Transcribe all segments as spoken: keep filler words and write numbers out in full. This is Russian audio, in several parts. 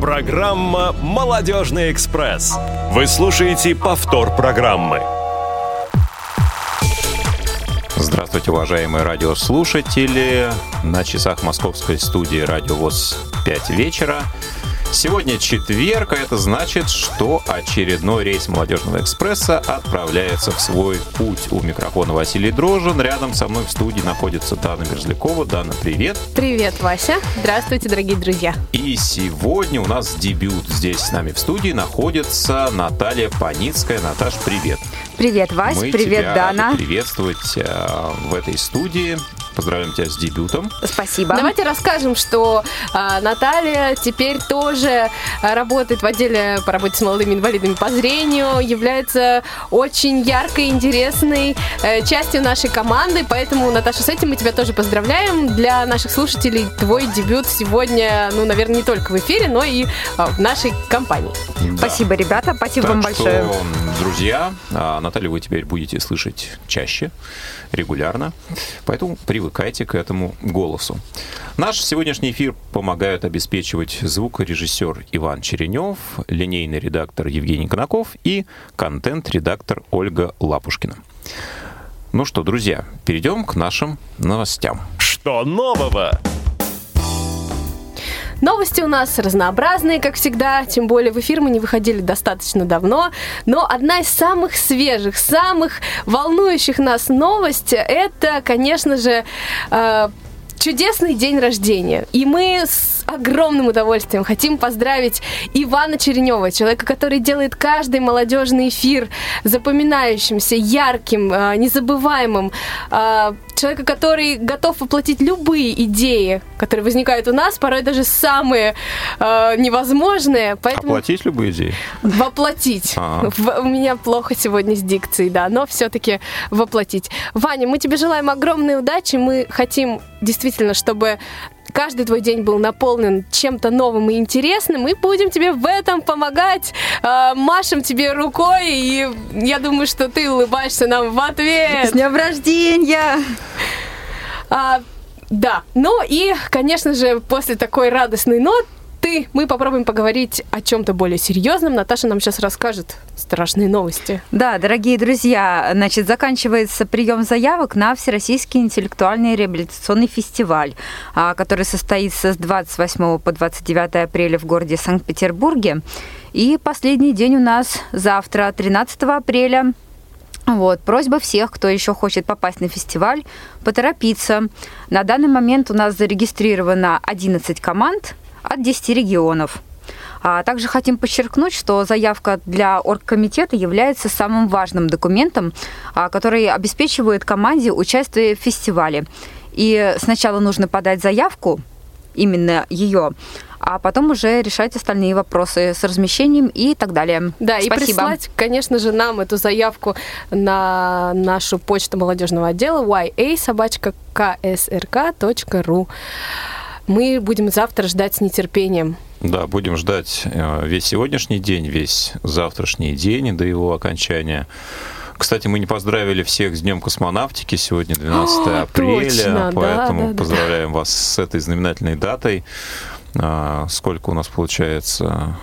Программа «Молодежный экспресс». Вы слушаете повтор программы. Здравствуйте, уважаемые радиослушатели. На часах московской студии «Радио ВОС» пять вечера. Сегодня четверг, а это значит, что очередной рейс «Молодежного экспресса» отправляется в свой путь. У микрофона Василий Дрожжин. Рядом со мной в студии находится Дана Мерзлякова. Дана, привет. Привет, Вася. Здравствуйте, дорогие друзья. И сегодня у нас дебют. Здесь с нами в студии находится Наталья Паницкая. Наташ, привет. Привет, Вась. Мы привет, тебя Дана. рады приветствовать э, в этой студии. Поздравляем тебя с дебютом. Спасибо. Давайте расскажем, что а, Наталья теперь тоже работает в отделе по работе с молодыми инвалидами по зрению, является очень яркой, интересной э, частью нашей команды, поэтому, Наташа, с этим мы тебя тоже поздравляем. Для наших слушателей твой дебют сегодня, ну, наверное, не только в эфире, но и а, в нашей компании. Да. Спасибо, ребята, спасибо так вам большое. Что, друзья, Наталью вы теперь будете слышать чаще, регулярно, поэтому привыкайте к этому голосу. Наш сегодняшний эфир помогают обеспечивать звукорежиссер Иван Черенев, линейный редактор Евгений Конаков и контент-редактор Ольга Лапушкина. Ну что, друзья, перейдем к нашим новостям. Что нового? Новости у нас разнообразные, как всегда, тем более в эфир мы не выходили достаточно давно, но одна из самых свежих, самых волнующих нас новостей, это, конечно же, э, чудесный день рождения. И мы с огромным удовольствием хотим поздравить Ивана Черенева, человека, который делает каждый молодежный эфир запоминающимся, ярким, незабываемым. Человека, который готов воплотить любые идеи, которые возникают у нас, порой даже самые невозможные. Поэтому... Оплатить любые идеи? Воплотить. В... У меня плохо сегодня с дикцией, да, но все-таки воплотить. Ваня, мы тебе желаем огромной удачи. Мы хотим действительно, чтобы каждый твой день был наполнен чем-то новым и интересным, и будем тебе в этом помогать, э, машем тебе рукой, и я думаю, что ты улыбаешься нам в ответ. С днем рождения! А, да, ну и, конечно же, после такой радостной ноты мы попробуем поговорить о чем-то более серьезном. Наташа нам сейчас расскажет страшные новости. Да, дорогие друзья, значит, заканчивается прием заявок на Всероссийский интеллектуальный реабилитационный фестиваль, который состоится с двадцать восьмого по двадцать девятое апреля в городе Санкт-Петербурге. И последний день у нас завтра, тринадцатого апреля. Вот, просьба всех, кто еще хочет попасть на фестиваль, поторопиться. На данный момент у нас зарегистрировано одиннадцать команд от десяти регионов. А также хотим подчеркнуть, что заявка для оргкомитета является самым важным документом, который обеспечивает команде участие в фестивале. И сначала нужно подать заявку, именно ее, а потом уже решать остальные вопросы с размещением и так далее. Да, Спасибо. И прислать, конечно же, нам эту заявку на нашу почту молодежного отдела уай эй собака ка эс эр ка точка ру. Мы будем завтра ждать с нетерпением. Да, будем ждать весь сегодняшний день, весь завтрашний день до его окончания. Кстати, мы не поздравили всех с Днем космонавтики. Сегодня двенадцатое апреля, точно, поэтому да, да, поздравляем да. вас с этой знаменательной датой. Сколько у нас получается?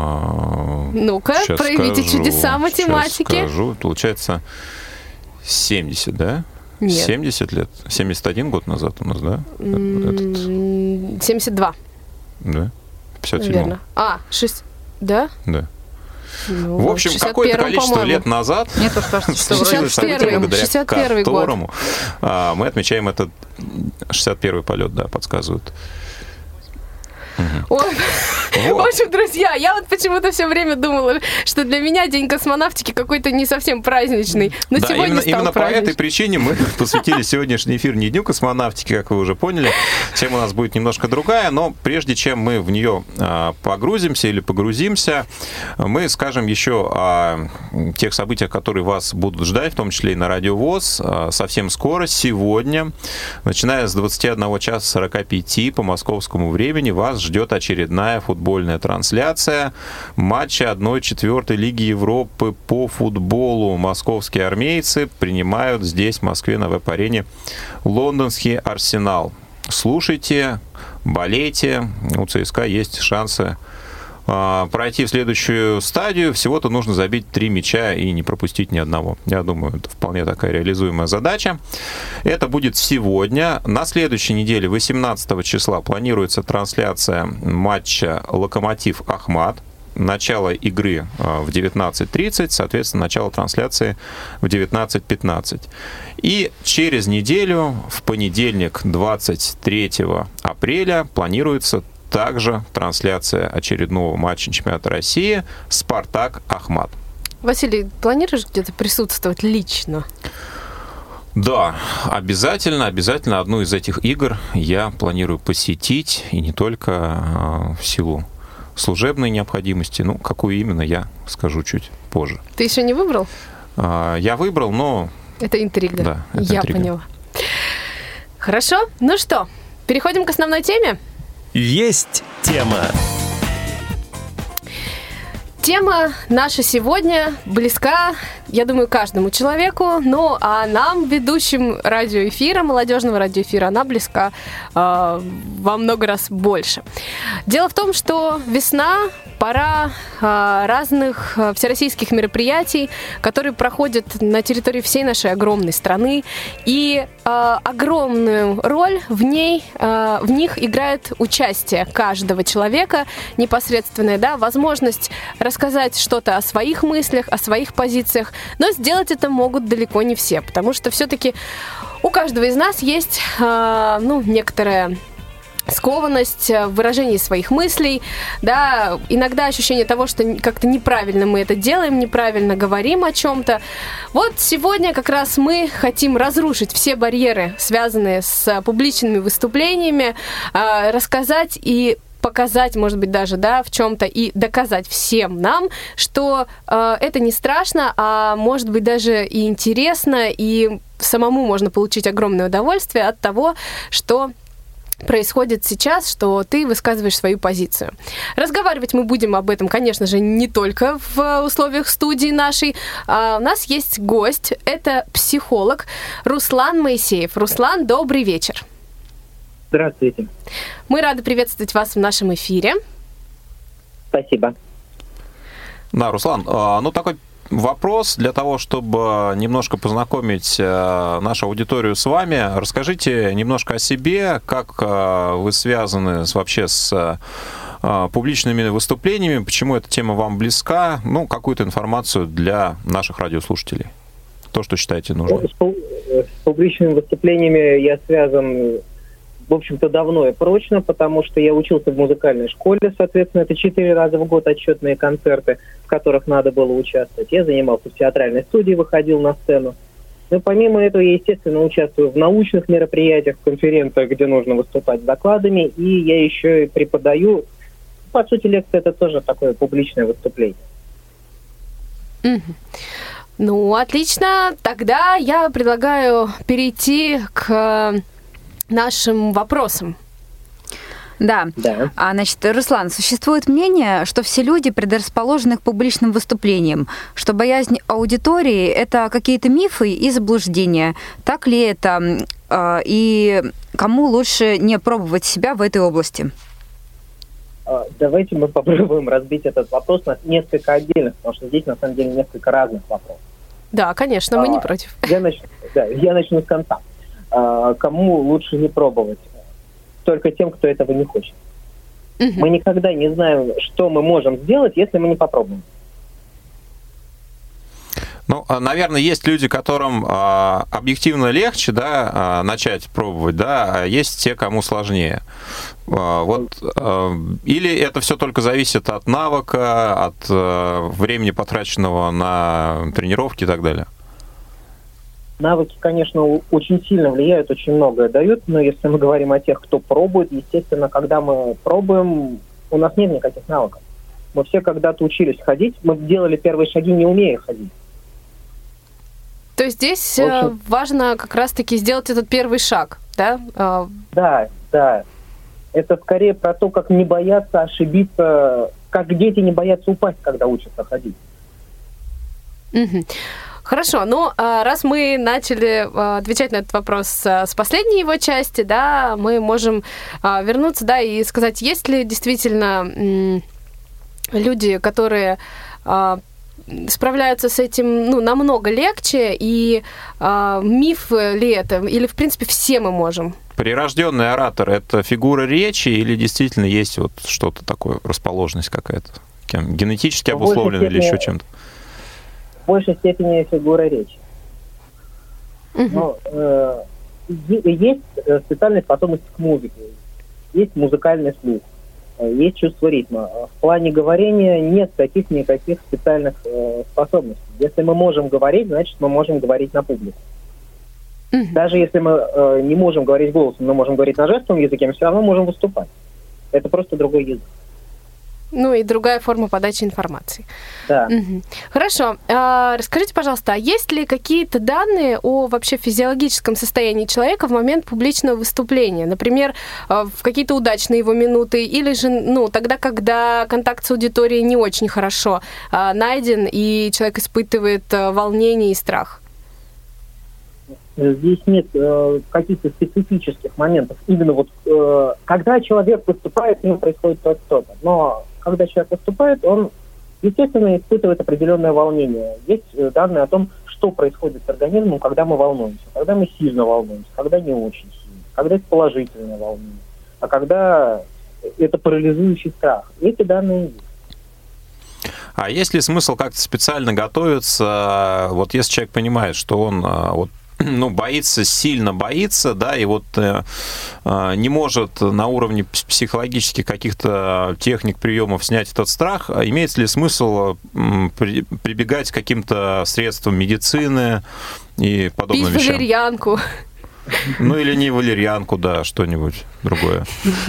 Ну-ка, сейчас проявите скажу, чудеса математики. Сейчас скажу. Получается семьдесят, да? Нет. семьдесят лет? семьдесят один год назад у нас, да? Этот... семьдесят два. Да? пятьдесят седьмой. Наверное. А, шесть... Да? Да. Ну, в общем, какое-то количество по-моему. лет назад Мне тоже кажется, что случилось событие, благодаря шестьдесят первый которому а, мы отмечаем этот шестьдесят первый полет, да, подсказывают. Ой. Вот. В общем, друзья, я вот почему-то все время думала, что для меня День космонавтики какой-то не совсем праздничный. Но да, сегодня именно, стал именно по праздничным. этой причине мы посвятили сегодняшний эфир не Дню космонавтики, как вы уже поняли. Тема у нас будет немножко другая, но прежде чем мы в нее а, погрузимся или погрузимся, мы скажем еще о тех событиях, которые вас будут ждать, в том числе и на Радио ВОС. А, совсем скоро, сегодня, начиная с двадцати одного часа сорока пяти по московскому времени, вас ждет очередная футбольная трансляция матча одна четвертая Лиги Европы по футболу. Московские армейцы принимают здесь, в Москве, на веб-арене лондонский Арсенал. Слушайте, болейте. У ЦСКА есть шансы пройти в следующую стадию, всего-то нужно забить три мяча и не пропустить ни одного. Я думаю, это вполне такая реализуемая задача. Это будет сегодня. На следующей неделе, восемнадцатого числа, планируется трансляция матча «Локомотив-Ахмат». Начало игры в девятнадцать тридцать, соответственно, начало трансляции в девятнадцать пятнадцать. И через неделю, в понедельник, двадцать третьего апреля, планируется также трансляция очередного матча чемпионата России «Спартак-Ахмат». Василий, планируешь где-то присутствовать лично? Да, обязательно, обязательно одну из этих игр я планирую посетить, и не только в силу служебной необходимости. Ну, какую именно, я скажу чуть позже. Ты еще не выбрал? Я выбрал, но... Это интрига. Да, это я интрига. поняла. Хорошо, ну что, переходим к основной теме? Есть тема. Тема наша сегодня близка, я думаю, каждому человеку, ну, а нам, ведущим радиоэфира, молодежного радиоэфира, она близка э, во много раз больше. Дело в том, что весна, пора э, разных э, всероссийских мероприятий, которые проходят на территории всей нашей огромной страны, и э, огромную роль в ней, э, в них играет участие каждого человека, непосредственная, да, возможность рассказать сказать что-то о своих мыслях, о своих позициях, но сделать это могут далеко не все, потому что все-таки у каждого из нас есть э, ну, некоторая скованность в выражении своих мыслей, да, иногда ощущение того, что как-то неправильно мы это делаем, неправильно говорим о чем-то. Вот сегодня как раз мы хотим разрушить все барьеры, связанные с публичными выступлениями, э, рассказать и показать, может быть, даже, да, в чем-то и доказать всем нам, что э, это не страшно, а может быть даже и интересно, и самому можно получить огромное удовольствие от того, что происходит сейчас, что ты высказываешь свою позицию. Разговаривать мы будем об этом, конечно же, не только в условиях студии нашей. А у нас есть гость, это психолог Руслан Моисеев. Руслан, добрый вечер. Здравствуйте. Мы рады приветствовать вас в нашем эфире. Спасибо. Да, Руслан, ну такой вопрос для того, чтобы немножко познакомить нашу аудиторию с вами. Расскажите немножко о себе, как вы связаны вообще с публичными выступлениями, почему эта тема вам близка, ну, какую-то информацию для наших радиослушателей. То, что считаете нужным. С публичными выступлениями я связан, в общем-то, давно и прочно, потому что я учился в музыкальной школе, соответственно, это четыре раза в год отчетные концерты, в которых надо было участвовать. Я занимался в театральной студии, выходил на сцену. Но помимо этого я, естественно, участвую в научных мероприятиях, конференциях, где нужно выступать с докладами, и я еще и преподаю. По сути, лекция — это тоже такое публичное выступление. Mm-hmm. Ну, отлично. Тогда я предлагаю перейти к нашим вопросам. Да. да. А, значит, Руслан, существует мнение, что все люди предрасположены к публичным выступлениям, что боязнь аудитории — это какие-то мифы и заблуждения. Так ли это? И кому лучше не пробовать себя в этой области? Давайте мы попробуем разбить этот вопрос на несколько отдельных, потому что здесь, на самом деле, несколько разных вопросов. Да, конечно, мы а, не против. Я начну, да, я начну с конца. А, кому лучше не пробовать? Только тем, кто этого не хочет. Угу. Мы никогда не знаем, что мы можем сделать, если мы не попробуем. Ну, наверное, есть люди, которым а, объективно легче, да, а, начать пробовать, да, а есть те, кому сложнее. А, вот, а, или это все только зависит от навыка, от а, времени, потраченного на тренировки и так далее? Навыки, конечно, очень сильно влияют, очень многое дают, но если мы говорим о тех, кто пробует, естественно, когда мы пробуем, у нас нет никаких навыков. Мы все когда-то учились ходить, мы делали первые шаги, не умея ходить. То есть здесь общем, важно как раз-таки сделать этот первый шаг, да? Да, да. Это скорее про то, как не бояться ошибиться, как дети не боятся упасть, когда учатся ходить. Угу. Хорошо, ну, раз мы начали отвечать на этот вопрос с последней его части, да, мы можем вернуться, да, и сказать, есть ли действительно люди, которые э, справляются с этим, ну, намного легче, и э, миф ли это, или, в принципе, все мы можем? Прирожденный оратор – это фигура речи или действительно есть вот что-то такое, расположенность какая-то? Кем? Генетически обусловлено или еще чем-то? В большей степени фигура речи. Угу. Но э, есть специальные способности к музыке, есть музыкальный слух, есть чувство ритма. В плане говорения нет таких никаких специальных э, способностей. Если мы можем говорить, значит, мы можем говорить на публику. Mm-hmm. Даже если мы э, не можем говорить голосом, но можем говорить на жестовом языке, мы все равно можем выступать. Это просто другой язык. Ну и другая форма подачи информации. Да. Угу. Хорошо. А, расскажите, пожалуйста, а есть ли какие-то данные о вообще физиологическом состоянии человека в момент публичного выступления? Например, в какие-то удачные его минуты, или же ну, тогда, когда контакт с аудиторией не очень хорошо а, найден, и человек испытывает а, волнение и страх? Здесь нет э, каких-то специфических моментов. Именно вот э, когда человек выступает, с ним происходит то-то. Но когда человек выступает, он, естественно, испытывает определенное волнение. Есть э, данные о том, что происходит с организмом, когда мы волнуемся. Когда мы сильно волнуемся, когда не очень сильно, когда это положительное волнение, а когда это парализующий страх. Эти данные есть. А есть ли смысл как-то специально готовиться, вот если человек понимает, что он вот, ну, боится, сильно боится, да, и вот э, не может на уровне психологических каких-то техник, приемов снять этот страх, имеет ли смысл при, прибегать к каким-то средствам медицины и подобным Пить вещам? валерьянку. Ну, или не валерьянку, да, что-нибудь другое.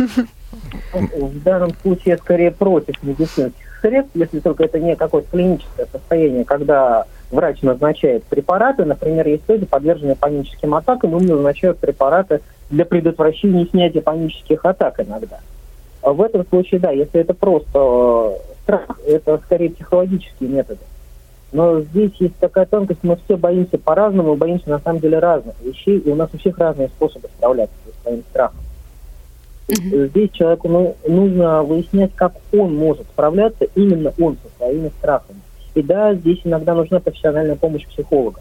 В данном случае я скорее против медицинских средств, если только это не какое-то клиническое состояние, когда врач назначает препараты. Например, есть люди, подверженные паническим атакам, им назначают препараты для предотвращения и снятия панических атак иногда. А в этом случае, да, если это просто э, страх, это скорее психологические методы. Но здесь есть такая тонкость, мы все боимся по-разному, боимся на самом деле разных вещей, и у нас у всех разные способы справляться со своим страхом. Mm-hmm. Здесь человеку ну, нужно выяснять, как он может справляться, именно он со своими страхами. И да, здесь иногда нужна профессиональная помощь психолога.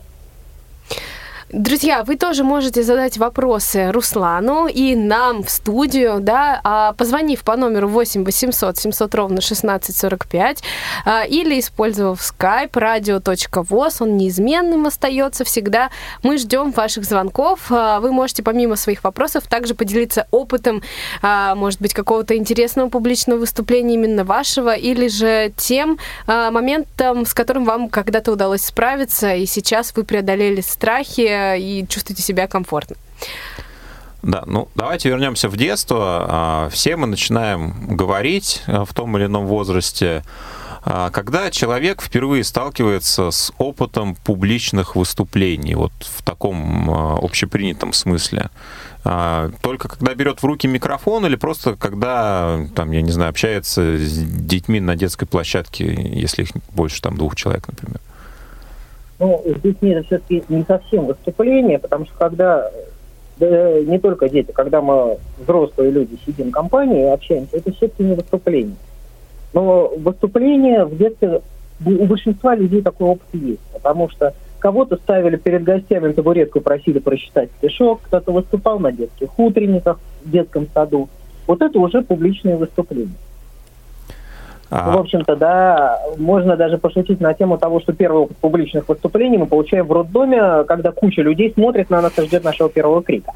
Друзья, вы тоже можете задать вопросы Руслану и нам в студию, да, позвонив по номеру восемь восемьсот семьсот ровно шестнадцать сорок пять или использовав скайп радио точка воз, он неизменным остается всегда. Мы ждем ваших звонков. Вы можете помимо своих вопросов также поделиться опытом, может быть, какого-то интересного публичного выступления именно вашего, или же тем моментом, с которым вам когда-то удалось справиться, и сейчас вы преодолели страхи и чувствуете себя комфортно. Да, ну давайте вернемся в детство. Все мы начинаем говорить в том или ином возрасте, когда человек впервые сталкивается с опытом публичных выступлений, вот в таком общепринятом смысле. Только когда берет в руки микрофон или просто когда, там, я не знаю, общается с детьми на детской площадке, если их больше там двух человек, например. Ну, здесь нет, все-таки не совсем выступление, потому что когда, да, не только дети, когда мы, взрослые люди, сидим в компании и общаемся, это все-таки не выступление. Но выступление в детстве у большинства людей такой опыт есть, потому что кого-то ставили перед гостями табуретку и просили прочитать стишок, кто-то выступал на детских утренниках в детском саду. Вот это уже публичное выступление. А... В общем-то, да, можно даже пошутить на тему того, что первый опыт публичных выступлений мы получаем в роддоме, когда куча людей смотрит на нас и ждет нашего первого крика.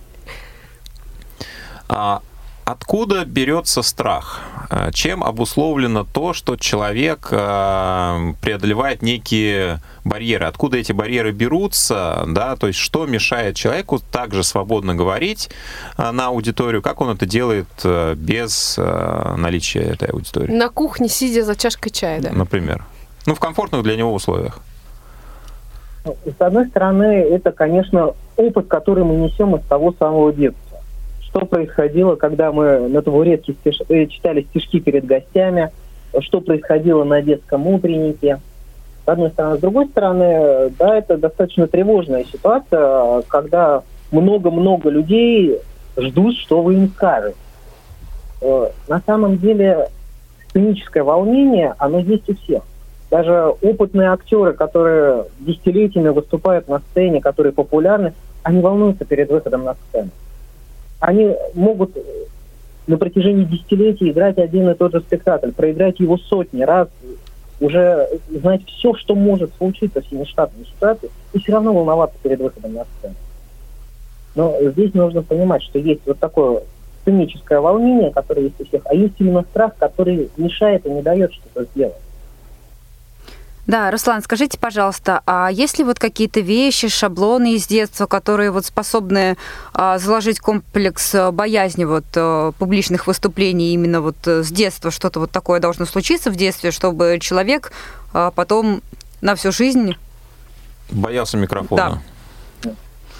А откуда берется страх? Чем обусловлено то, что человек преодолевает некие барьеры? Откуда эти барьеры берутся? Да? То есть что мешает человеку также свободно говорить на аудиторию, как он это делает без наличия этой аудитории? На кухне, сидя за чашкой чая, да? Например. Ну, в комфортных для него условиях. С одной стороны, это, конечно, опыт, который мы несем из того самого детства. Что происходило, когда мы на табуретке стиш... читали стишки перед гостями, что происходило на детском утреннике. С одной стороны. С другой стороны, да, это достаточно тревожная ситуация, когда много-много людей ждут, что вы им скажете. На самом деле, сценическое волнение, оно есть у всех. Даже опытные актеры, которые десятилетиями выступают на сцене, которые популярны, они волнуются перед выходом на сцену. Они могут на протяжении десятилетий играть один и тот же спектакль, проиграть его сотни раз, уже знать все, что может случиться в семиштатной ситуации, и все равно волноваться перед выходом на сцену. Но здесь нужно понимать, что есть вот такое сценическое волнение, которое есть у всех, а есть именно страх, который мешает и не дает что-то сделать. Да, Руслан, скажите, пожалуйста, а есть ли вот какие-то вещи, шаблоны из детства, которые вот способны а, заложить комплекс боязни вот а, публичных выступлений именно вот с детства, что-то вот такое должно случиться в детстве, чтобы человек а, потом на всю жизнь... Боялся микрофона. Да.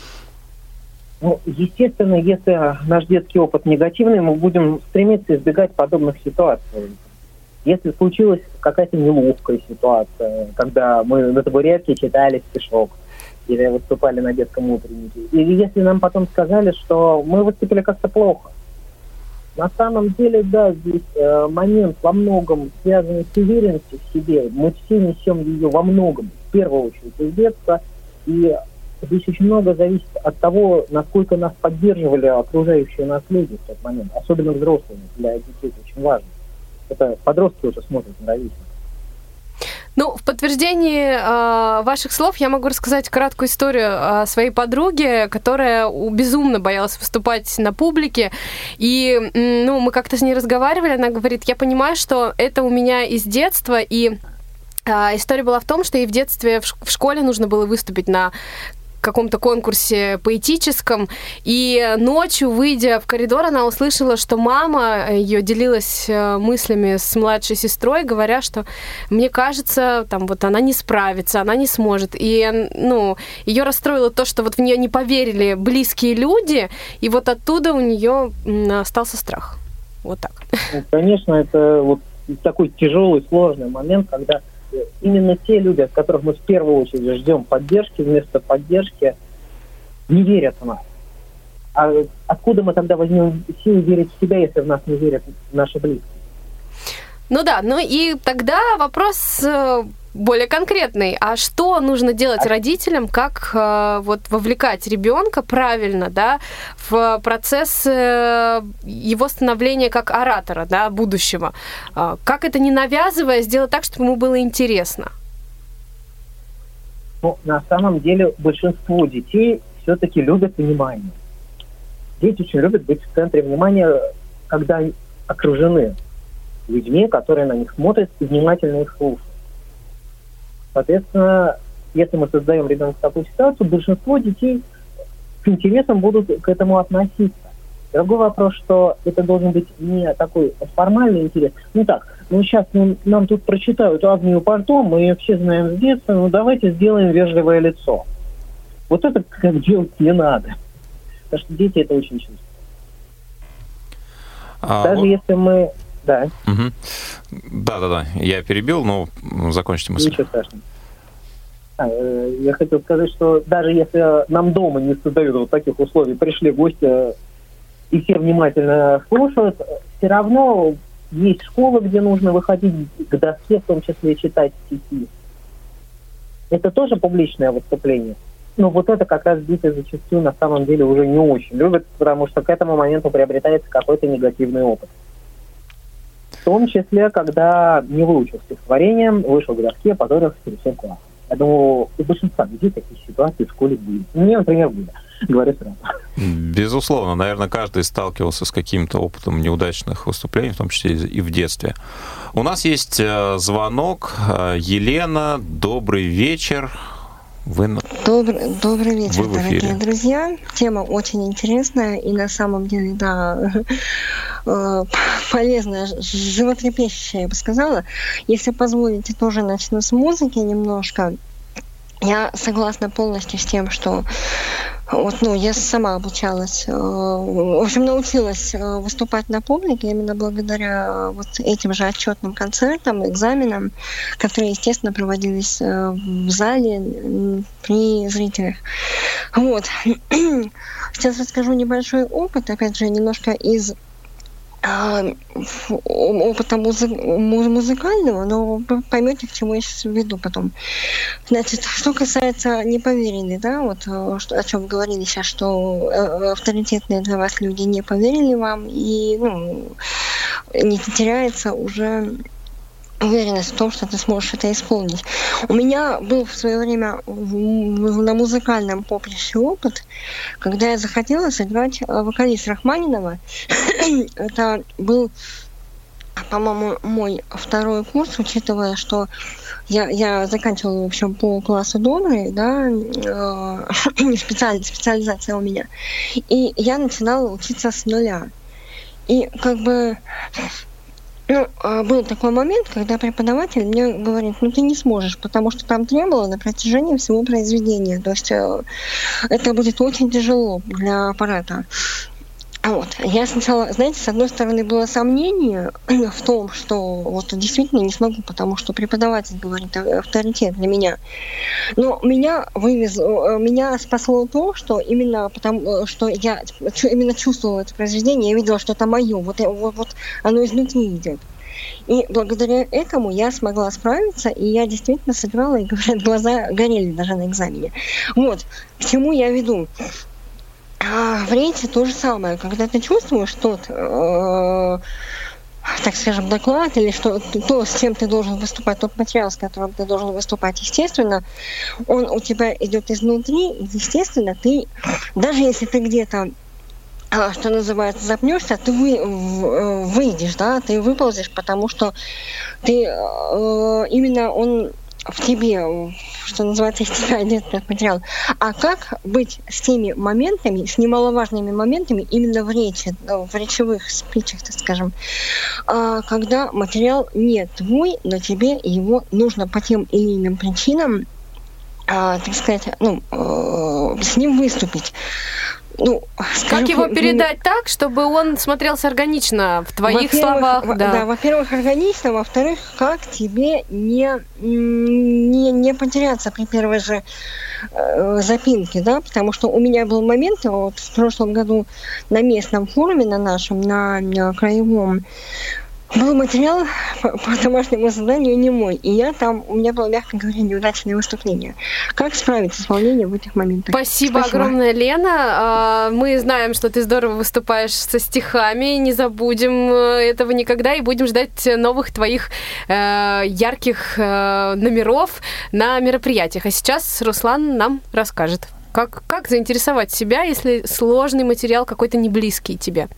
Ну, естественно, если наш детский опыт негативный, мы будем стремиться избегать подобных ситуаций. Если случилась какая-то неловкая ситуация, когда мы на табуретке читали стишок или выступали на детском утреннике, или если нам потом сказали, что мы выступили как-то плохо. На самом деле, да, здесь э, момент во многом связанный с уверенностью в себе. Мы все несем ее во многом, в первую очередь, из детства. И здесь очень много зависит от того, насколько нас поддерживали окружающие нас люди в тот момент. Особенно взрослые, для детей это очень важно. Это подростки уже смотрят на ровесников. Ну, в подтверждении э, ваших слов я могу рассказать краткую историю о своей подруге, которая безумно боялась выступать на публике. И, ну, мы как-то с ней разговаривали, она говорит, я понимаю, что это у меня из детства, и э, история была в том, что ей в детстве в, в школе нужно было выступить на каком-то конкурсе поэтическом, и ночью, выйдя в коридор, она услышала, что мама ее делилась мыслями с младшей сестрой, говоря, что мне кажется, там вот она не справится, она не сможет. И, ну, ее расстроило то, что вот в нее не поверили близкие люди, и вот оттуда у нее остался страх. Вот так. Ну, конечно, это вот такой тяжелый, сложный момент, когда именно те люди, от которых мы в первую очередь ждем поддержки, вместо поддержки не верят в нас. А откуда мы тогда возьмем силы верить в себя, если в нас не верят наши близкие? Ну да, ну и тогда вопрос более конкретный. А что нужно делать а... родителям, как э, вот вовлекать ребенка правильно, да, в процесс э, его становления как оратора, да, будущего? Э, как это не навязывая сделать так, чтобы ему было интересно? Ну, на самом деле большинство детей все-таки любят внимание. Дети очень любят быть в центре внимания, когда они окружены людьми, которые на них смотрят и внимательно их слушают. Соответственно, если мы создаем ребенку такую ситуацию, большинство детей с интересом будут к этому относиться. Другой вопрос, что это должен быть не такой формальный интерес. Ну так, ну сейчас ну, нам тут прочитают Агнию Барто, мы ее все знаем с детства, ну давайте сделаем вежливое лицо. Вот это как делать не надо. Потому что дети это очень чувствуют. А Даже вот... если мы... Да. Угу. Да-да-да, я перебил, но закончите мысль. Ничего страшного. А, э, я хотел сказать, что даже если нам дома не создают вот таких условий, пришли гости и все внимательно слушают, все равно есть школы, где нужно выходить к доске, в том числе читать стихи. Это тоже публичное выступление. Но вот это как раз дети зачастую на самом деле уже не очень любят, потому что к этому моменту приобретается какой-то негативный опыт. В том числе, когда не выучил стихотворение, вышел к доске, позорился перед всем классом. Я думаю, у большинства людей такие ситуации в школе были. Мне, например, были. Говорю сразу. Безусловно. Наверное, каждый сталкивался с каким-то опытом неудачных выступлений, в том числе и в детстве. У нас есть звонок. Елена, добрый вечер. Вы... Добрый, добрый вечер, Вы дорогие друзья. Тема очень интересная и на самом деле, да, полезная, животрепещущая, я бы сказала. Если позволите, тоже начну с музыки немножко. Я согласна полностью с тем, что вот, ну, я сама обучалась, в общем, научилась выступать на публике именно благодаря вот этим же отчетным концертам, экзаменам, которые, естественно, проводились в зале при зрителях. Вот. Сейчас расскажу небольшой опыт, опять же, немножко из опыта музыкального, но вы поймете, к чему я сейчас веду потом. Значит, что касается не поверили, да, вот о чем говорили сейчас, что авторитетные для вас люди не поверили вам, и ну, не теряется уже уверенность в том, что ты сможешь это исполнить. У меня был в свое время на музыкальном поприще опыт, когда я захотела сыграть вокалист Рахманинова. Это был, по-моему, мой второй курс, учитывая, что я, я заканчивала, в общем, по классу добрый, да, специаль, специализация у меня. И я начинала учиться с нуля. И как бы... Ну, был такой момент, когда преподаватель мне говорит, ну ты не сможешь, потому что там требовало на протяжении всего произведения. То есть это будет очень тяжело для аппарата. Вот. Я сначала, знаете, с одной стороны было сомнение в том, что вот действительно не смогу, потому что преподаватель говорит авторитет для меня. Но меня вывез, меня спасло то, что именно потому, что я именно чувствовала это произведение, я видела, что это мое, вот, вот, вот оно изнутри идет. И благодаря этому я смогла справиться, и я действительно сыграла, и, говорят, глаза горели даже на экзамене. Вот, к чему я веду. А в рейте то же самое, когда ты чувствуешь что-то, э, так скажем, доклад или что то, с чем ты должен выступать, тот материал, с которым ты должен выступать, естественно, он у тебя идет изнутри, и, естественно, ты, даже если ты где-то, что называется, запнешься, ты вы, выйдешь, да, ты выползешь, потому что ты э, именно он в тебе, что называется, из тебя идет этот материал. А как быть с теми моментами, с немаловажными моментами именно в речи, в речевых спичах, так скажем, когда материал не твой, но тебе его нужно по тем или иным причинам, так сказать, ну, с ним выступить. Ну, как его передать так, чтобы он смотрелся органично в твоих словах? Да. да, во-первых, органично, во-вторых, как тебе не, не, не потеряться при первой же э, запинке, да, потому что у меня был момент, вот в прошлом году на местном форуме, на нашем, на, на краевом, был материал по, по домашнему заданию не мой, и я там, у меня было, мягко говоря, неудачное выступление. Как справиться с волнением в этих моментах? Спасибо, Спасибо огромное, Лена. Мы знаем, что ты здорово выступаешь со стихами, не забудем этого никогда, и будем ждать новых твоих э, ярких э, номеров на мероприятиях. А сейчас Руслан нам расскажет, как, как заинтересовать себя, если сложный материал какой-то не близкий тебе.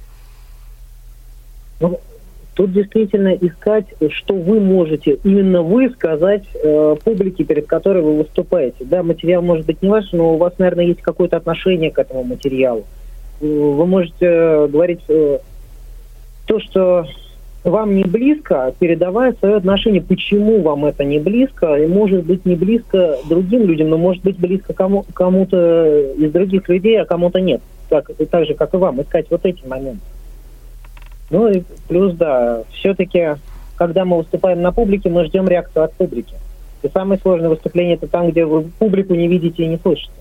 Тут действительно искать, что вы можете, именно вы, сказать э, публике, перед которой вы выступаете. Да, материал может быть не ваш, но у вас, наверное, есть какое-то отношение к этому материалу. Вы можете э, говорить э, то, что вам не близко, передавая свое отношение, почему вам это не близко, и может быть не близко другим людям, но может быть близко кому- кому-то из других людей, а кому-то нет. Так, так же, как и вам, искать вот эти моменты. Ну и плюс, да, все-таки, когда мы выступаем на публике, мы ждем реакцию от публики. И самое сложное выступление – это там, где вы публику не видите и не слышите.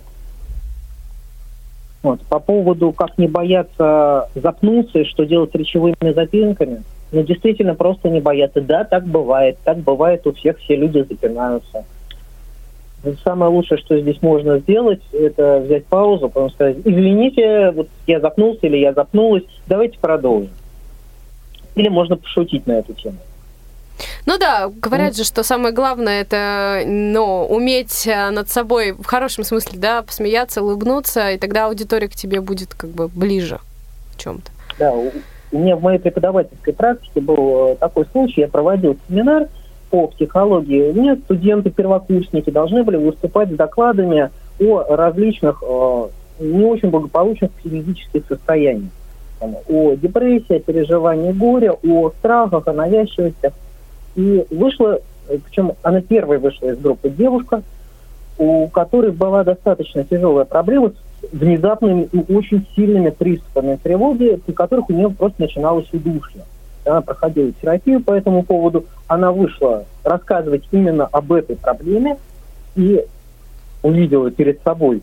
Вот. По поводу, как не бояться запнуться и что делать с речевыми запинками, ну, действительно, просто не бояться. Да, так бывает, так бывает, у всех все люди запинаются. Самое лучшее, что здесь можно сделать, это взять паузу, потом сказать: извините, вот я запнулся или я запнулась, давайте продолжим. Или можно пошутить на эту тему. Ну да, говорят mm. же, что самое главное это, ну, уметь над собой в хорошем смысле, да, посмеяться, улыбнуться, и тогда аудитория к тебе будет как бы ближе в чем-то. Да, у, у меня в моей преподавательской практике был такой случай, я проводил семинар по психологии, у меня студенты-первокурсники должны были выступать с докладами о различных э, не очень благополучных психических состояниях. О депрессии, о переживании горя, о страхах, о навязчивостях. И вышла, причем она первой вышла из группы девушка, у которой была достаточно тяжелая проблема с внезапными и очень сильными приступами тревоги, при которых у нее просто начиналось удушье. Она проходила терапию по этому поводу, она вышла рассказывать именно об этой проблеме и увидела перед собой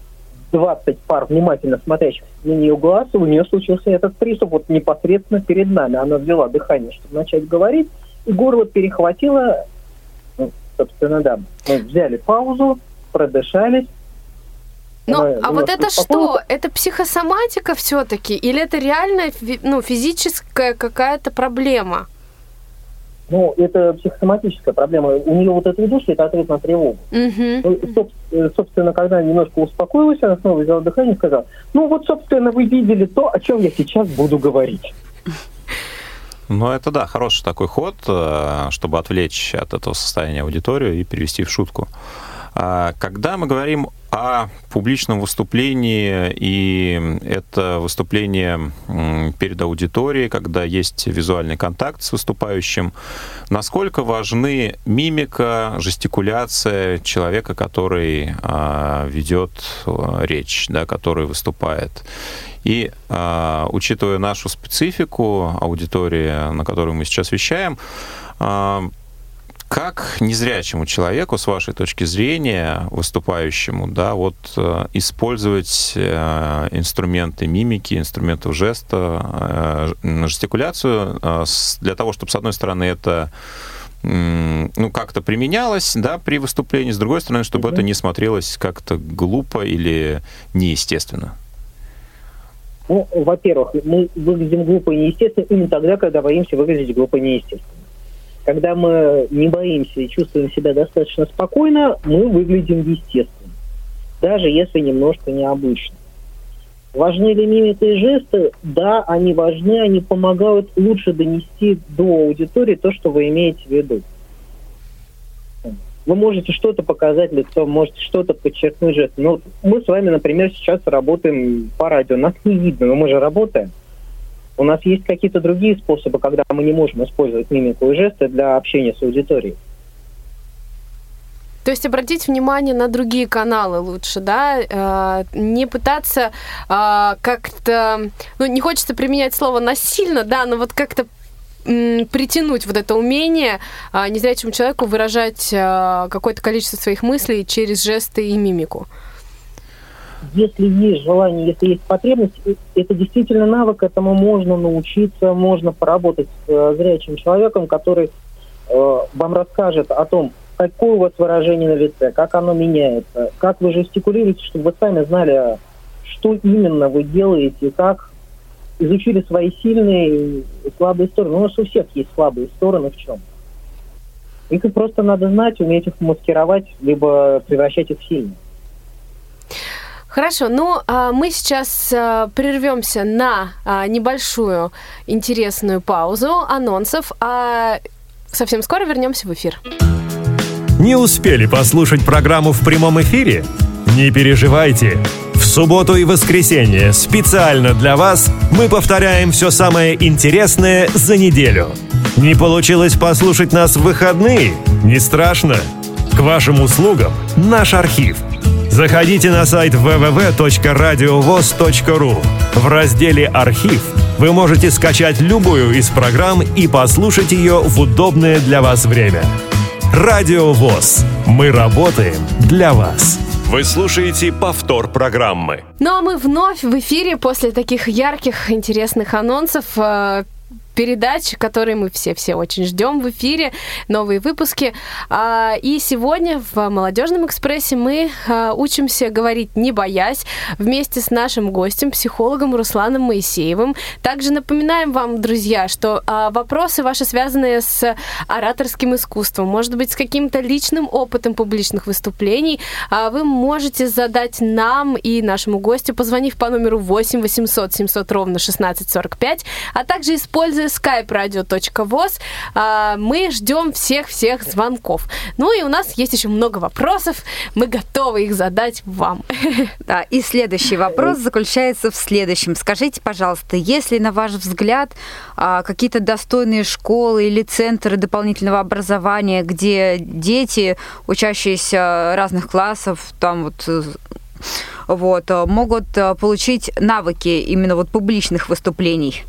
двадцать пар внимательно смотрящих на нее глаз, и у нее случился этот приступ вот непосредственно перед нами. Она взяла дыхание, чтобы начать говорить, и горло перехватило. Ну, собственно, да. Мы взяли паузу, продышались. Ну, Она а вот это успокоилась. что? Это психосоматика все-таки? Или это реально фи- ну, физическая какая-то проблема? Ну, это психосоматическая проблема. У нее вот это удушье, это ответ на тревогу. Угу. Ну, соб- собственно, когда она немножко успокоилась, она снова взяла дыхание и сказала: ну вот, собственно, вы видели то, о чем я сейчас буду говорить. Ну, это, да, хороший такой ход, чтобы отвлечь от этого состояния аудиторию и перевести в шутку. Когда мы говорим о публичном выступлении, и это выступление перед аудиторией, когда есть визуальный контакт с выступающим, насколько важны мимика, жестикуляция человека, который ведет речь, да, который выступает? И, учитывая нашу специфику аудитории, на которую мы сейчас вещаем, как незрячему человеку, с вашей точки зрения, выступающему, да, вот э, использовать э, инструменты мимики, инструментов жеста, э, жестикуляцию э, с, для того, чтобы, с одной стороны, это э, ну, как-то применялось, да, при выступлении, с другой стороны, чтобы mm-hmm. это не смотрелось как-то глупо или неестественно? Ну, во-первых, мы выглядим глупо и неестественно именно тогда, когда боимся выглядеть глупо и неестественно. Когда мы не боимся и чувствуем себя достаточно спокойно, мы выглядим естественно, даже если немножко необычно. Важны ли мимика и жесты? Да, они важны, они помогают лучше донести до аудитории то, что вы имеете в виду. Вы можете что-то показать лицом, можете что-то подчеркнуть жестом. Но мы с вами, например, сейчас работаем по радио, нас не видно, но мы же работаем. У нас есть какие-то другие способы, когда мы не можем использовать мимику и жесты для общения с аудиторией. То есть обратить внимание на другие каналы лучше, да, э, не пытаться э, как-то, ну, не хочется применять слово насильно, да, но вот как-то м, притянуть вот это умение э, незрячему человеку выражать э, какое-то количество своих мыслей через жесты и мимику. Если есть желание, если есть потребность, это действительно навык, этому можно научиться, можно поработать с э, зрячим человеком, который э, вам расскажет о том, какое у вас выражение на лице, как оно меняется, как вы жестикулируете, чтобы вы сами знали, что именно вы делаете, как изучили свои сильные и слабые стороны. У нас у всех есть слабые стороны в чем. Их просто надо знать, уметь их маскировать, либо превращать их в сильные. Хорошо, ну а мы сейчас а, прервемся на а, небольшую интересную паузу анонсов, а совсем скоро вернемся в эфир. Не успели послушать программу в прямом эфире? Не переживайте. В субботу и воскресенье специально для вас мы повторяем все самое интересное за неделю. Не получилось послушать нас в выходные? Не страшно. К вашим услугам наш архив. Заходите на сайт дабл ю дабл ю дабл ю точка радиовос точка ру. В разделе «Архив» вы можете скачать любую из программ и послушать ее в удобное для вас время. Радио ВОС. Мы работаем для вас. Вы слушаете повтор программы. Ну а мы вновь в эфире после таких ярких, интересных анонсов. Передач, которые мы все-все очень ждем в эфире, новые выпуски. И сегодня в «Молодежном экспрессе» мы учимся говорить не боясь, вместе с нашим гостем, психологом Русланом Моисеевым. Также напоминаем вам, друзья, что вопросы ваши, связанные с ораторским искусством, может быть, с каким-то личным опытом публичных выступлений, вы можете задать нам и нашему гостю, позвонив по номеру восемь восемьсот семьсот ровно шестнадцать сорок пять, а также используя skype radio точка voz. Мы ждем всех-всех звонков. Ну и у нас есть еще много вопросов. Мы готовы их задать вам. Да, и следующий вопрос заключается в следующем. Скажите, пожалуйста, есть ли, на ваш взгляд, какие-то достойные школы или центры дополнительного образования, где дети, учащиеся разных классов, там вот, вот, могут получить навыки именно вот публичных выступлений?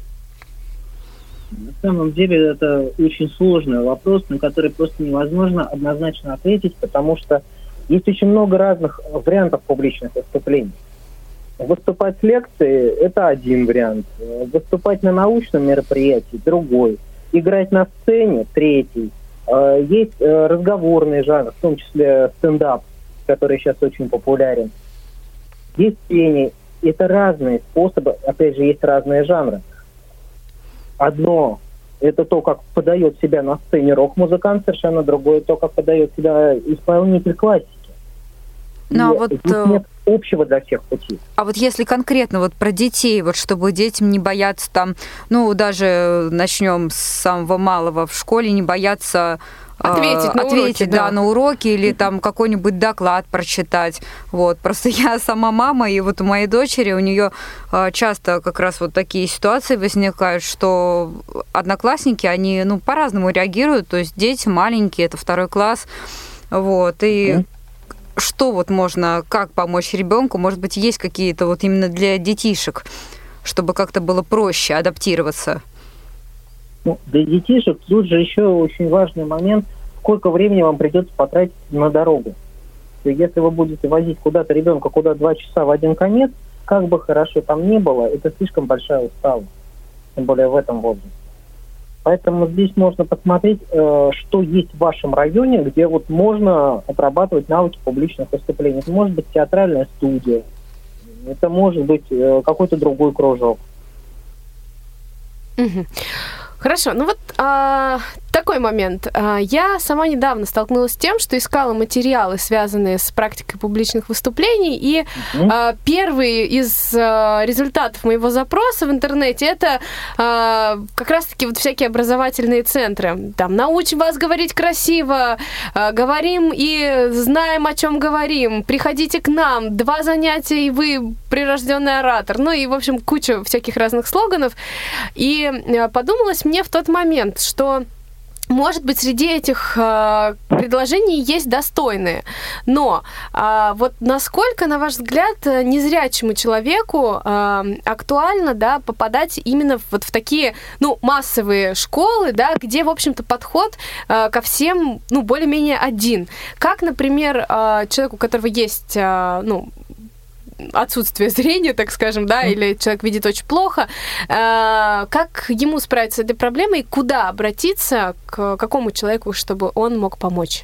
На самом деле это очень сложный вопрос, на который просто невозможно однозначно ответить, потому что есть очень много разных вариантов публичных выступлений. Выступать с лекцией – это один вариант. Выступать на научном мероприятии – другой. Играть на сцене – третий. Есть разговорный жанр, в том числе стендап, который сейчас очень популярен. Есть пение. Это разные способы, опять же, есть разные жанры. Одно – это то, как подает себя на сцене рок-музыкант, совершенно другое – то, как подает себя исполнитель классики. Ну, а вот, здесь нет общего для всех пути. А вот если конкретно вот про детей, вот чтобы детям не бояться там, ну, даже начнем с самого малого в школе, не бояться ответить, на, ответить уроки, да, да. на уроки или там какой-нибудь доклад прочитать. Вот. Просто я сама мама, и вот у моей дочери, у нее часто как раз вот такие ситуации возникают, что одноклассники, они, ну, по-разному реагируют, то есть дети маленькие, это второй класс, вот, и mm-hmm. что вот можно, как помочь ребенку? Может быть, есть какие-то вот именно для детишек, чтобы как-то было проще адаптироваться? Ну, для детишек тут же еще очень важный момент, сколько времени вам придется потратить на дорогу. Если вы будете возить куда-то ребенка, куда два часа в один конец, как бы хорошо там ни было, это слишком большая усталость, тем более в этом возрасте. Поэтому здесь можно посмотреть, э, что есть в вашем районе, где вот можно отрабатывать навыки публичных выступлений. Это может быть театральная студия, это может быть э, какой-то другой кружок. Угу. Хорошо, ну вот а, такой момент. А, я сама недавно столкнулась с тем, что искала материалы, связанные с практикой публичных выступлений, и mm-hmm. а, первый из а, результатов моего запроса в интернете это а, как раз-таки вот всякие образовательные центры. Там научим вас говорить красиво, а, говорим и знаем, о чем говорим, приходите к нам, два занятия, и вы прирожденный оратор. Ну и, в общем, куча всяких разных слоганов. И а, подумалось мне в тот момент, что, может быть, среди этих э, предложений есть достойные, но э, вот насколько, на ваш взгляд, незрячему человеку э, актуально, да, попадать именно вот в такие, ну, массовые школы, да, где, в общем-то, подход э, ко всем, ну, более-менее один. Как, например, э, человек, у которого есть, э, ну, отсутствие зрения, так скажем, да, или человек видит очень плохо, э, как ему справиться с этой проблемой, куда обратиться, к какому человеку, чтобы он мог помочь?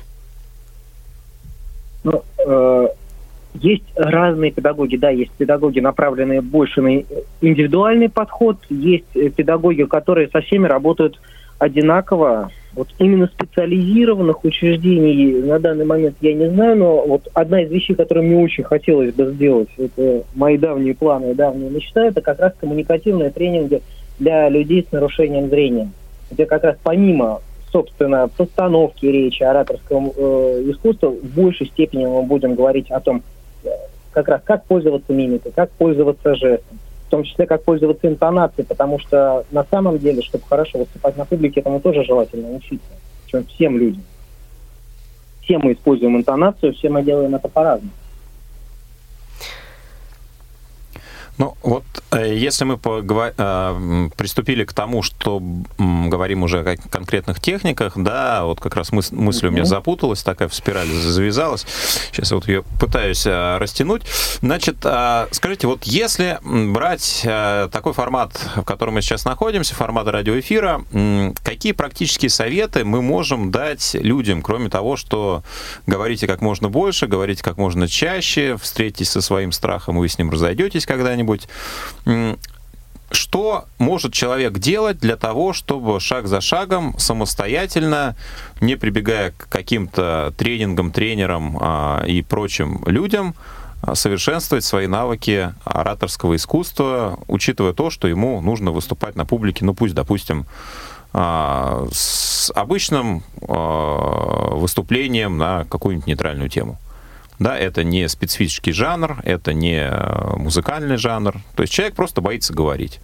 Ну, э, есть разные педагоги, да, есть педагоги, направленные больше на индивидуальный подход, есть педагоги, которые со всеми работают одинаково. Вот именно специализированных учреждений на данный момент я не знаю, но вот одна из вещей, которую мне очень хотелось бы сделать, это мои давние планы и давние мечты, это как раз коммуникативные тренинги для людей с нарушением зрения, где как раз помимо, собственно, постановки речи, ораторского э, искусства, в большей степени мы будем говорить о том, как раз как пользоваться мимикой, как пользоваться жестом, в том числе, как пользоваться интонацией, потому что на самом деле, чтобы хорошо выступать на публике, этому тоже желательно учиться. Причем всем людям. Все мы используем интонацию, все мы делаем это по-разному. Ну, вот если мы поговор... приступили к тому, что говорим уже о конкретных техниках, да, вот как раз мыс... мысль у меня запуталась, такая в спирали завязалась. Сейчас я вот ее пытаюсь растянуть. Значит, скажите, вот если брать такой формат, в котором мы сейчас находимся, формат радиоэфира, какие практические советы мы можем дать людям, кроме того, что говорите как можно больше, говорите как можно чаще, встретитесь со своим страхом, и вы с ним разойдетесь когда-нибудь. Что может человек делать для того, чтобы шаг за шагом самостоятельно, не прибегая к каким-то тренингам, тренерам а, и прочим людям, совершенствовать свои навыки ораторского искусства, учитывая то, что ему нужно выступать на публике, ну пусть, допустим, а, с обычным а, выступлением на какую-нибудь нейтральную тему? Да, это не специфический жанр, это не музыкальный жанр. То есть человек просто боится говорить.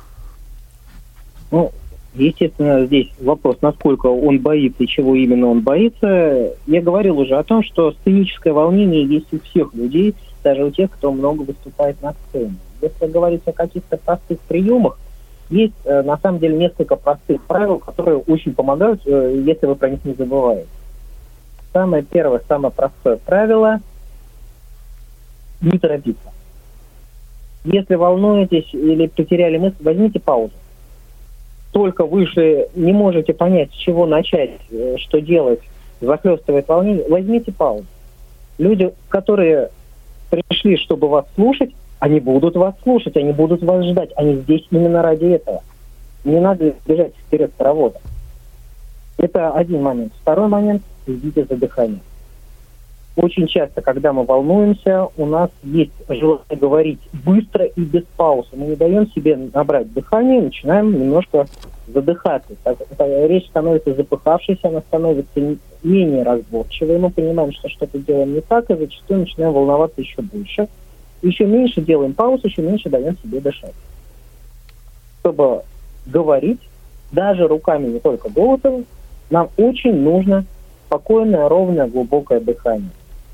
Ну, естественно, здесь вопрос, насколько он боится и чего именно он боится. Я говорил уже о том, что сценическое волнение есть у всех людей, даже у тех, кто много выступает на сцене. Если говорить о каких-то простых приемах, есть на самом деле несколько простых правил, которые очень помогают, если вы про них не забываете. Самое первое, самое простое правило – не торопиться. Если волнуетесь или потеряли мысль, возьмите паузу. Только вы же не можете понять, с чего начать, что делать, захлестывает волнение, возьмите паузу. Люди, которые пришли, чтобы вас слушать, они будут вас слушать, они будут вас ждать. Они здесь именно ради этого. Не надо бежать вперед паровоза. Это один момент. Второй момент – следите за дыханием. Очень часто, когда мы волнуемся, у нас есть желание говорить быстро и без паузы. Мы не даем себе набрать дыхание, начинаем немножко задыхаться. Так, речь становится запыхавшейся, она становится менее разборчивой. Мы понимаем, что что-то делаем не так, и зачастую начинаем волноваться еще больше. Еще меньше делаем пауз, еще меньше даем себе дышать. Чтобы говорить, даже руками, не только голосом, нам очень нужно спокойное, ровное, глубокое дыхание.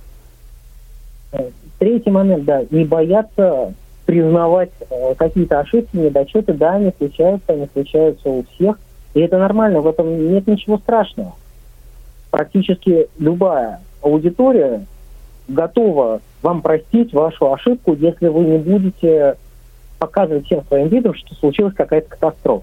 Третий момент, да, не бояться признавать э, какие-то ошибки, недочеты, да, они случаются, они случаются у всех, и это нормально, в этом нет ничего страшного. Практически любая аудитория готова вам простить вашу ошибку, если вы не будете показывать всем своим видом, что случилась какая-то катастрофа.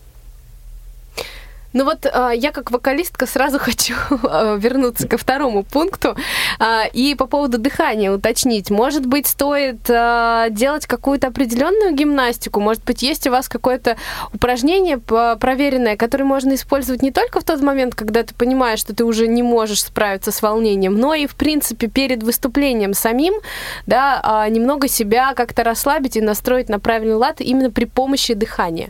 Ну вот э, я как вокалистка сразу хочу э, вернуться ко второму пункту э, и по поводу дыхания уточнить. Может быть, стоит э, делать какую-то определенную гимнастику? Может быть, есть у вас какое-то упражнение проверенное, которое можно использовать не только в тот момент, когда ты понимаешь, что ты уже не можешь справиться с волнением, но и, в принципе, перед выступлением самим, да, э, немного себя как-то расслабить и настроить на правильный лад именно при помощи дыхания.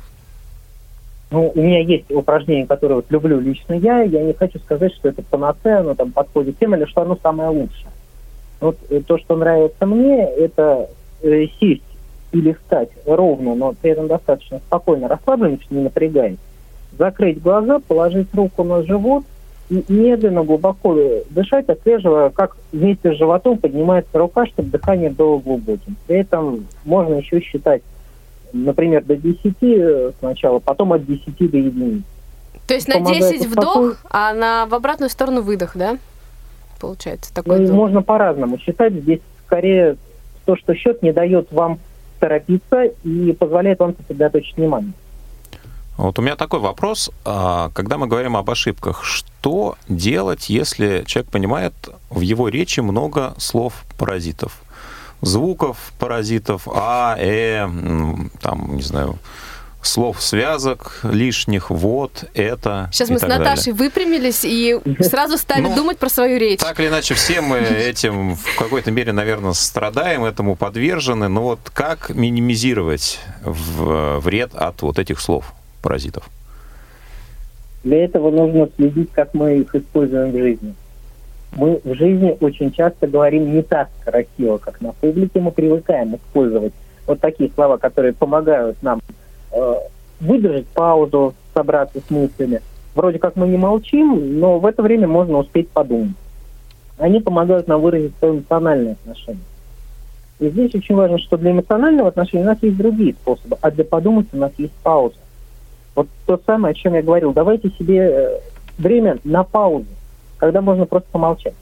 Ну, у меня есть упражнение, которое вот люблю лично я. Я не хочу сказать, что это панацея, оно там подходит всем, или что оно самое лучшее. Вот то, что нравится мне, это э, сесть или встать ровно, но при этом достаточно спокойно, расслабленно, не напрягаясь. Закрыть глаза, положить руку на живот и медленно, глубоко дышать, отслеживая, как вместе с животом поднимается рука, чтобы дыхание было глубоким. При этом можно еще считать, например, до десяти сначала, потом от десяти до единицы. То есть на десять вдох, а на в обратную сторону выдох, да? Получается такой. Ну, можно по-разному считать. Здесь скорее то, что счет не дает вам торопиться и позволяет вам сосредоточить внимание. Вот у меня такой вопрос. Когда мы говорим об ошибках, что делать, если человек понимает, в его речи много слов-паразитов? Звуков, паразитов, а, э, там, не знаю, слов, связок лишних, вот, это. Сейчас мы с Наташей далее. выпрямились и сразу стали ну, думать про свою речь. Так или иначе, все мы этим в какой-то мере, наверное, страдаем, этому подвержены. Но вот как минимизировать вред от вот этих слов, паразитов? Для этого нужно следить, как мы их используем в жизни. Мы в жизни очень часто говорим не так красиво, как на публике. Мы привыкаем использовать вот такие слова, которые помогают нам э, выдержать паузу, собраться с мыслями. Вроде как мы не молчим, но в это время можно успеть подумать. Они помогают нам выразить свое эмоциональное отношение. И здесь очень важно, что для эмоционального отношения у нас есть другие способы, а для подумать у нас есть пауза. Вот то самое, о чем я говорил. Давайте себе время на паузу, когда можно просто помолчать.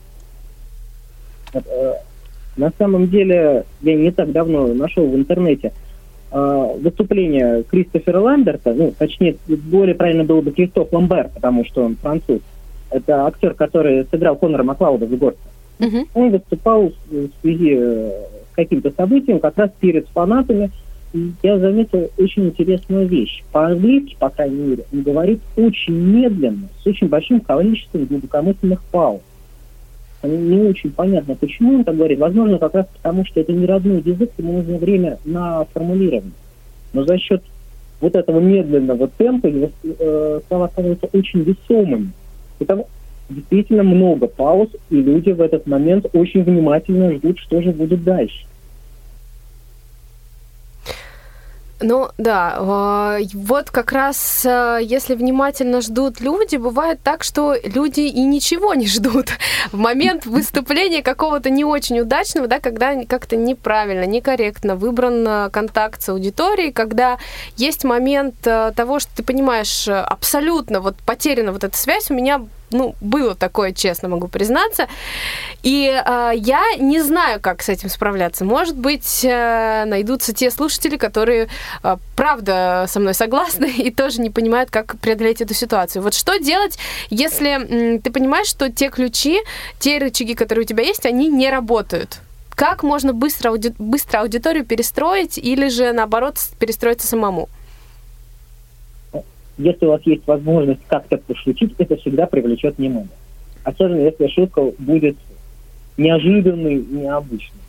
На самом деле, я не так давно нашел в интернете выступление Кристофера Ламберта, ну, точнее, более правильно было бы Кристоф Ламбер, потому что он француз. Это актер, который сыграл Конора Маклауда в «Игорце». Uh-huh. Он выступал в связи с каким-то событием как раз перед фанатами. И я заметил очень интересную вещь. По-английски, по крайней мере, он говорит очень медленно, с очень большим количеством глубокомысленных пауз. Не очень понятно, почему он так говорит. Возможно, как раз потому, что это не родной язык, ему нужно время на формулирование. Но за счет вот этого медленного темпа его э, слова становятся очень весомыми. И там действительно много пауз, и люди в этот момент очень внимательно ждут, что же будет дальше. Ну, да, вот как раз, если внимательно ждут люди, бывает так, что люди и ничего не ждут. В момент выступления какого-то не очень удачного, да, когда как-то неправильно, некорректно выбран контакт с аудиторией, когда есть момент того, что ты понимаешь, абсолютно вот потеряна вот эта связь, у меня ну, было такое, честно могу признаться. И э, я не знаю, как с этим справляться. Может быть, э, найдутся те слушатели, которые, э, правда, со мной согласны и тоже не понимают, как преодолеть эту ситуацию. Вот что делать, если э, ты понимаешь, что те ключи, те рычаги, которые у тебя есть, они не работают? Как можно быстро, ауди... быстро аудиторию перестроить или же, наоборот, перестроиться самому? Если у вас есть возможность как-то пошутить, это всегда привлечет внимание. Особенно если шутка будет неожиданной и необычной.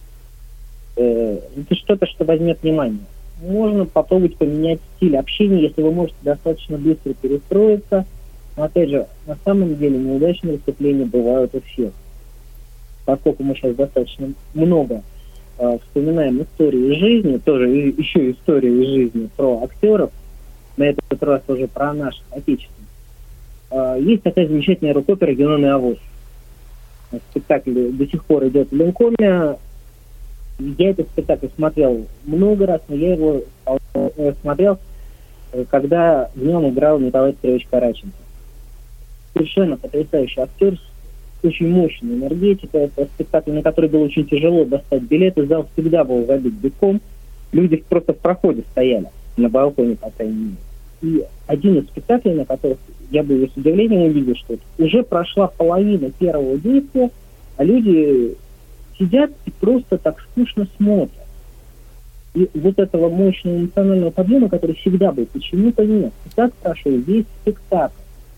Это что-то, что возьмет внимание. Можно попробовать поменять стиль общения, если вы можете достаточно быстро перестроиться. Но, опять же, на самом деле неудачные выступления бывают у всех. Поскольку мы сейчас достаточно много э, вспоминаем истории из жизни, тоже и, еще историю из жизни про актеров, на этот раз уже про наших отечественных. Э, есть такая замечательная рок-опера «Юнона и Авось». Спектакль до сих пор идет в Ленкоме. Я этот спектакль смотрел много раз, но я его э, смотрел, э, когда в нем играл Николай Петрович Караченко. Совершенно потрясающий актер, очень мощная энергетика. Это спектакль, на который было очень тяжело достать билеты. Зал всегда был забит битком. Люди просто в проходе стояли, на балконе, по крайней мере. И один из спектаклей, на которых я бы с удивлением увидел, что уже прошла половина первого действия, а люди сидят и просто так скучно смотрят. И вот этого мощного эмоционального подъема, который всегда был, почему-то нет. И так прошел весь спектакль.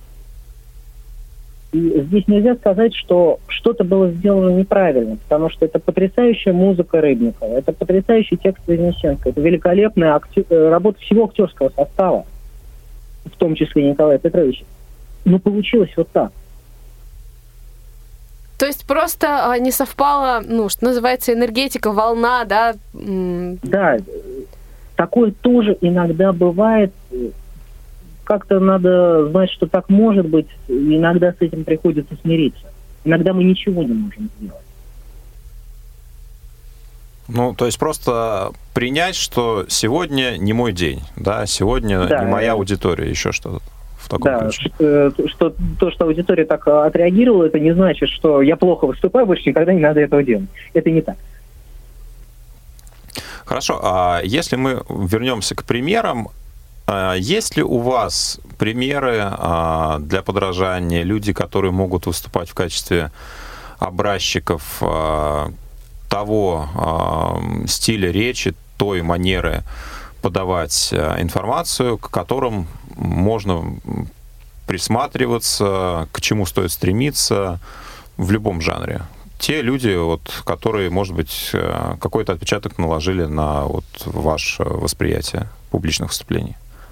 И здесь нельзя сказать, что что-то было сделано неправильно, потому что это потрясающая музыка Рыбникова, это потрясающий текст Вознесенского, это великолепная актер... работа всего актерского состава, в том числе Николая Петровича. Но получилось вот так. То есть просто не совпала, ну, что называется, энергетика, волна, да? Да, такое тоже иногда бывает. Как-то надо знать, что так может быть. Иногда с этим приходится смириться. Иногда мы ничего не можем сделать. Ну, то есть просто принять, что сегодня не мой день, да, сегодня да, не моя аудитория, еще что-то в таком да, ключе. Что, что, то, что аудитория так отреагировала, это не значит, что я плохо выступаю, больше никогда не надо этого делать. Это не так. Хорошо, а если мы вернемся к примерам, есть ли у вас примеры для подражания, люди, которые могут выступать в качестве образчиков того стиля речи, той манеры подавать информацию, к которым можно присматриваться, к чему стоит стремиться в любом жанре? Те люди, вот, которые, может быть, какой-то отпечаток наложили на вот, ваше восприятие публичных выступлений?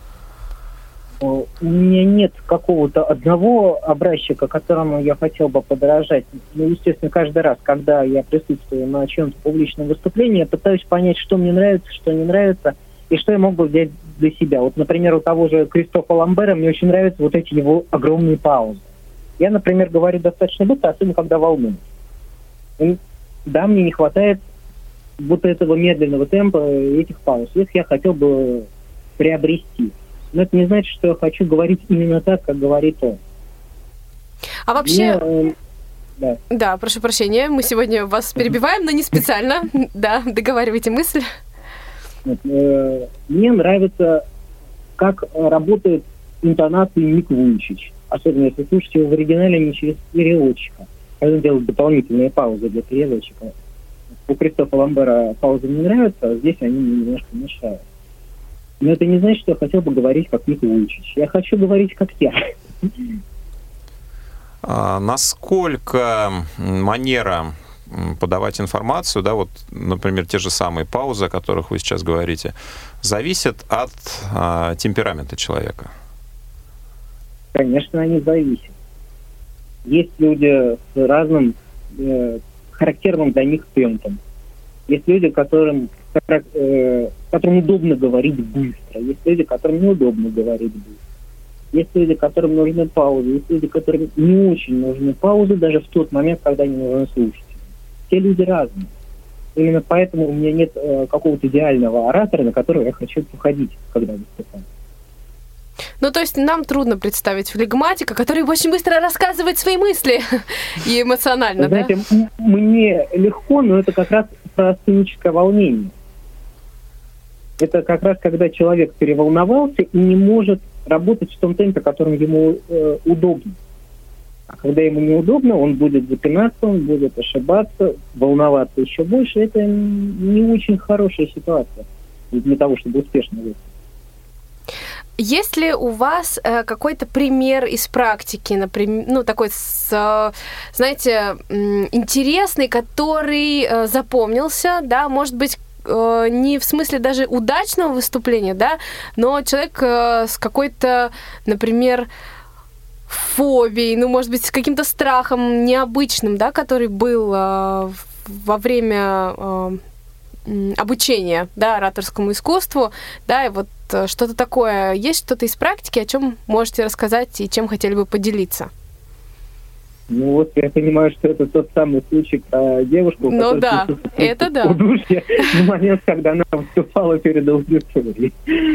У меня нет какого-то одного образчика, которому я хотел бы подражать. Ну, естественно, каждый раз, когда я присутствую на чьем-то публичном выступлении, я пытаюсь понять, что мне нравится, что не нравится, и что я мог бы взять для себя. Вот, например, у того же Кристофа Ламбера мне очень нравятся вот эти его огромные паузы. Я, например, говорю достаточно быстро, особенно когда волнуюсь. И, да, мне не хватает вот этого медленного темпа, этих пауз. Если я хотел бы приобрести. Но это не значит, что я хочу говорить именно так, как говорит он. А вообще... Мне, э, да. да, прошу прощения, мы сегодня вас перебиваем, но не специально. Да, договаривайте мысль. Мне нравится, как работает интонация Ник Вуйчич. Особенно если слушать его в оригинале не через переводчика. Когда он делает дополнительные паузы для переводчика. У Кристофа Ламбера паузы не нравятся, а здесь они мне немножко мешают. Но это не значит, что я хотел бы говорить как Ник Вуйчич. Я хочу говорить как я. А насколько манера подавать информацию, да, вот, например, те же самые паузы, о которых вы сейчас говорите, зависит от а, темперамента человека? Конечно, они зависят. Есть люди с разным э, характерным для них темпом. Есть люди, которым, э, которым удобно говорить быстро. Есть люди, которым неудобно говорить быстро. Есть люди, которым нужны паузы. Есть люди, которым не очень нужны паузы, даже в тот момент, когда они нужны слушать. Все люди разные. Именно поэтому у меня нет э, какого-то идеального оратора, на которого я хочу походить, когда выступаю. Ну, то есть нам трудно представить флегматика, который очень быстро рассказывает свои мысли и эмоционально, знаете, да? Мне легко, но это как раз про сценическое волнение. Это как раз когда человек переволновался и не может работать в том темпе, которым ему э, удобно. А когда ему неудобно, он будет запинаться, он будет ошибаться, волноваться еще больше. Это не очень хорошая ситуация для того, чтобы успешно выступить. Есть ли у вас э, какой-то пример из практики, например, ну, такой, с, э, знаете, э, интересный, который э, запомнился, да, может быть, э, не в смысле даже удачного выступления, да, но человек э, с какой-то, например, фобией, ну, может быть, с каким-то страхом необычным, да, который был э, во время э, обучения, да, ораторскому искусству, да, и вот что-то такое. Есть что-то из практики, о чем можете рассказать и чем хотели бы поделиться? Ну вот, я понимаю, что это тот самый случай про девушку, ну, да, это да. удушье в момент, когда она выступала перед аудиторией.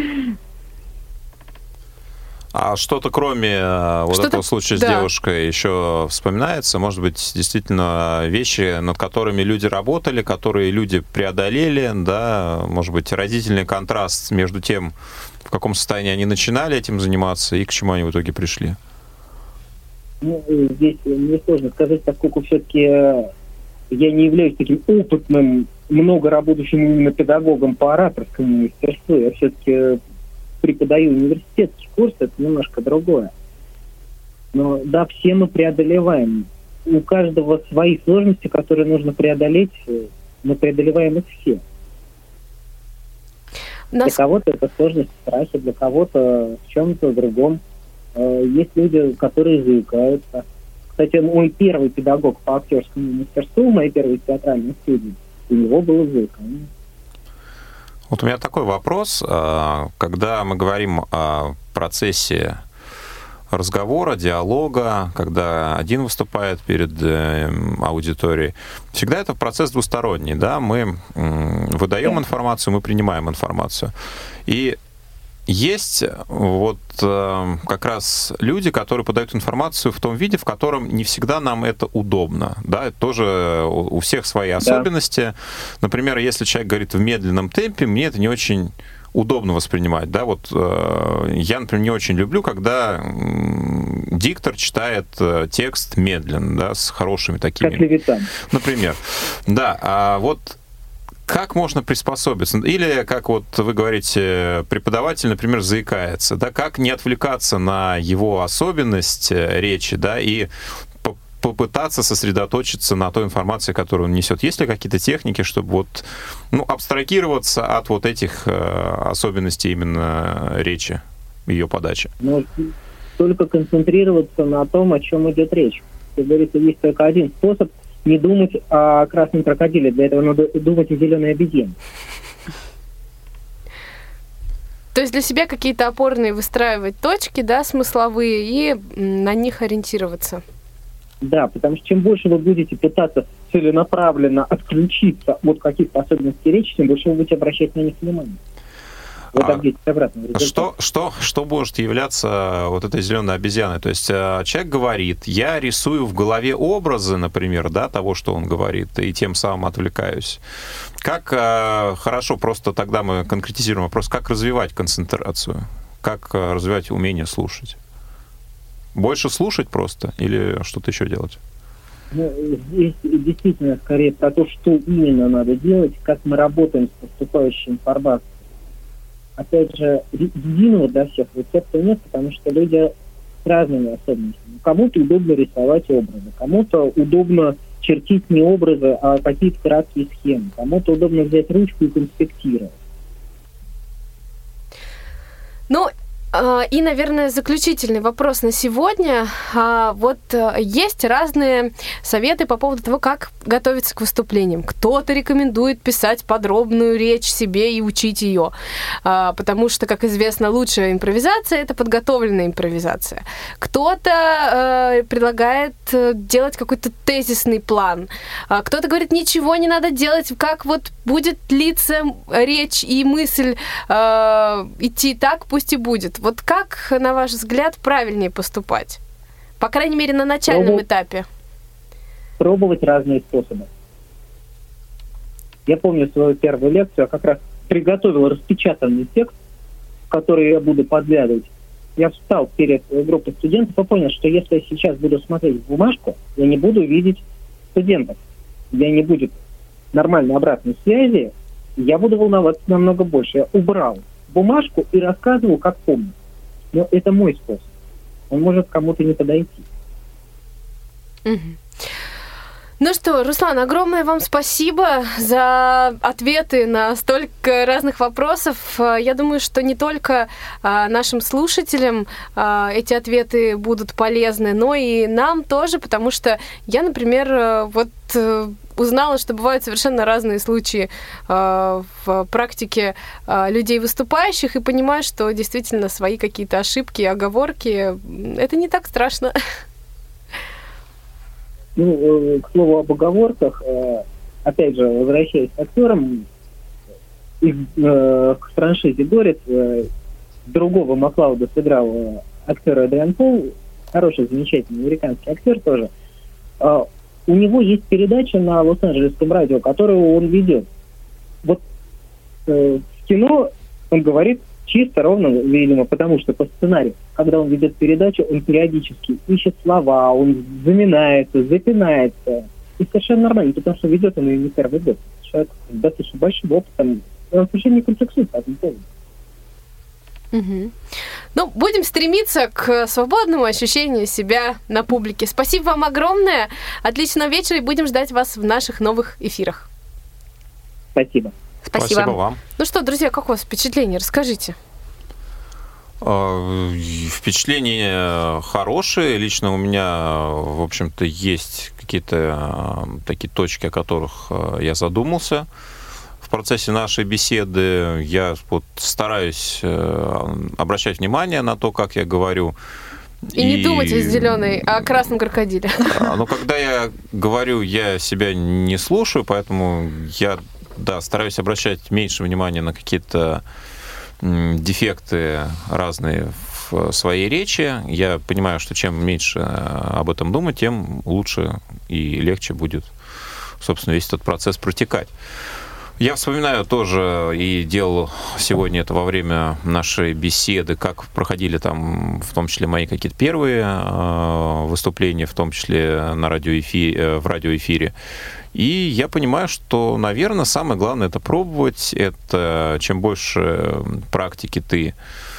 А что-то кроме что-то, вот этого случая да. с девушкой еще вспоминается? Может быть, действительно вещи, над которыми люди работали, которые люди преодолели, да? Может быть, разительный контраст между тем, в каком состоянии они начинали этим заниматься и к чему они в итоге пришли? Ну, здесь мне сложно сказать, поскольку все-таки я не являюсь таким опытным, много работающим именно педагогом по ораторскому мастерству. Я все-таки преподаю университетский курс, это немножко другое. Но да, все мы преодолеваем. У каждого свои сложности, которые нужно преодолеть, мы преодолеваем их все. Нас... Для кого-то это сложность в страхе, для кого-то в чем-то другом. Есть люди, которые заикаются. Кстати, мой первый педагог по актерскому мастерству, моей первой театральной студии, у него было заикание. Вот у меня такой вопрос. Когда мы говорим о процессе разговора, диалога, когда один выступает перед аудиторией, всегда это процесс двусторонний, да? Мы выдаем информацию, мы принимаем информацию. И есть вот как раз люди, которые подают информацию в том виде, в котором не всегда нам это удобно. Да? Это тоже у всех свои особенности. Да. Например, если человек говорит в медленном темпе, мне это не очень удобно воспринимать. Да? Вот, я, например, не очень люблю, когда диктор читает текст медленно, да, с хорошими такими... Как Левитан. Например. Да, а вот как можно приспособиться? Или, как вот вы говорите, преподаватель, например, заикается, да, как не отвлекаться на его особенность речи, да, и попытаться сосредоточиться на той информации, которую он несет. Есть ли какие-то техники, чтобы вот, ну, абстрагироваться от вот этих особенностей именно речи, ее подачи? Ну, только концентрироваться на том, о чем идет речь. Как говорится, есть только один способ не думать о красном крокодиле. Для этого надо думать о зеленой обезьяне. То есть для себя какие-то опорные выстраивать точки, да, смысловые, и на них ориентироваться. Да, потому что чем больше вы будете пытаться целенаправленно отключиться от каких-то особенностей речи, тем больше вы будете обращать на них внимание. Вот а что, что, что может являться вот этой зеленой обезьяной? То есть человек говорит, я рисую в голове образы, например, да, того, что он говорит, и тем самым отвлекаюсь. Как хорошо, просто тогда мы конкретизируем вопрос, как развивать концентрацию, как развивать умение слушать? Больше слушать просто или что-то еще делать? Ну, здесь действительно скорее про то, что именно надо делать, как мы работаем с поступающей информацией. Опять же, единого для всех рецепта нет, потому что люди с разными особенностями. Кому-то удобно рисовать образы, кому-то удобно чертить не образы, а какие-то краткие схемы, кому-то удобно взять ручку и конспектировать. Ну, и, наверное, заключительный вопрос на сегодня. Вот есть разные советы по поводу того, как готовиться к выступлениям. Кто-то рекомендует писать подробную речь себе и учить ее, потому что, как известно, лучшая импровизация — это подготовленная импровизация. Кто-то предлагает делать какой-то тезисный план. Кто-то говорит, ничего не надо делать, как вот будет литься речь и мысль идти так, пусть и будет. Вот как, на ваш взгляд, правильнее поступать? По крайней мере, на начальном Пробу... этапе. Пробовать разные способы. Я помню свою первую лекцию, я как раз приготовил распечатанный текст, в который я буду подглядывать. Я встал перед группой студентов и понял, что если я сейчас буду смотреть в бумажку, я не буду видеть студентов. Я не будет нормальной обратной связи, я буду волноваться намного больше. Я убрал бумажку и рассказывал, как помню. Но это мой способ. Он может кому-то не подойти. Угу. Ну что, Руслан, огромное вам спасибо за ответы на столько разных вопросов. Я думаю, что не только нашим слушателям эти ответы будут полезны, но и нам тоже, потому что я, например, вот узнала, что бывают совершенно разные случаи в практике людей выступающих, и понимаю, что действительно свои какие-то ошибки, оговорки — это не так страшно. Ну, к слову об оговорках, опять же, возвращаясь к актерам, к франшизе «Горец», другого Маклауда сыграл актер Эдриан Пол, хороший, замечательный американский актер тоже. У него есть передача на Лос-Анджелесском радио, которую он ведет. Вот в кино он говорит чисто, ровно, видимо, потому что по сценарию, когда он ведет передачу, он периодически ищет слова, он заминается, запинается. И совершенно нормально, потому что ведет он ее не первый год. Человек с достаточно большим опытом, он совершенно не комплексует по этому поводу. Угу. Ну, будем стремиться к свободному ощущению себя на публике. Спасибо вам огромное. Отличного вечера, и будем ждать вас в наших новых эфирах. Спасибо. Спасибо. Спасибо вам. Ну что, друзья, как у вас впечатление? Расскажите. Впечатления хорошие. Лично у меня, в общем-то, есть какие-то такие точки, о которых я задумался. В процессе нашей беседы я вот стараюсь обращать внимание на то, как я говорю. И, и не думать о зеленой, а о красном крокодиле. Но когда я говорю, я себя не слушаю, поэтому я, да, стараюсь обращать меньше внимания на какие-то дефекты разные в своей речи. Я понимаю, что чем меньше об этом думать, тем лучше и легче будет, собственно, весь этот процесс протекать. Я вспоминаю тоже и делал сегодня это во время нашей беседы, как проходили там, в том числе, мои какие-то первые выступления, в том числе на радиоэфире, в радиоэфире. И я понимаю, что, наверное, самое главное — это пробовать. Это чем больше практики ты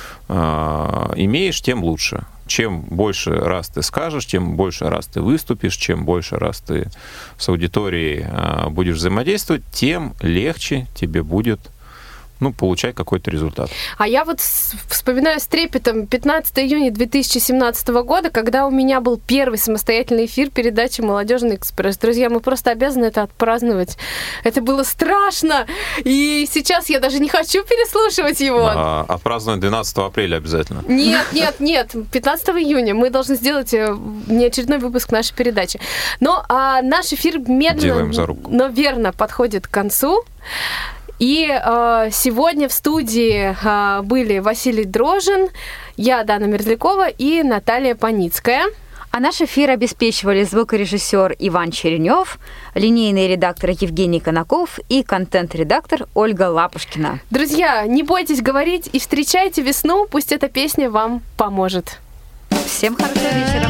имеешь, тем лучше. Чем больше раз ты скажешь, тем больше раз ты выступишь, чем больше раз ты с аудиторией будешь взаимодействовать, тем легче тебе будет, ну, получать какой-то результат. А я вот вспоминаю с трепетом пятнадцатого июня две тысячи семнадцатого года, когда у меня был первый самостоятельный эфир передачи «Молодежный экспресс». Друзья, мы просто обязаны это отпраздновать. Это было страшно, и сейчас я даже не хочу переслушивать его. А, отпраздновать двенадцатого апреля обязательно. Нет, нет, нет, пятнадцатого июня мы должны сделать неочередной выпуск нашей передачи. Но а, наш эфир медленно, но верно подходит к концу. И э, сегодня в студии э, были Василий Дрожжин, я, Дана Мерзлякова, и Наталья Паницкая. А наш эфир обеспечивали звукорежиссер Иван Черенев, линейный редактор Евгений Конаков и контент-редактор Ольга Лапушкина. Друзья, не бойтесь говорить и встречайте весну, пусть эта песня вам поможет. Всем хорошего вечера.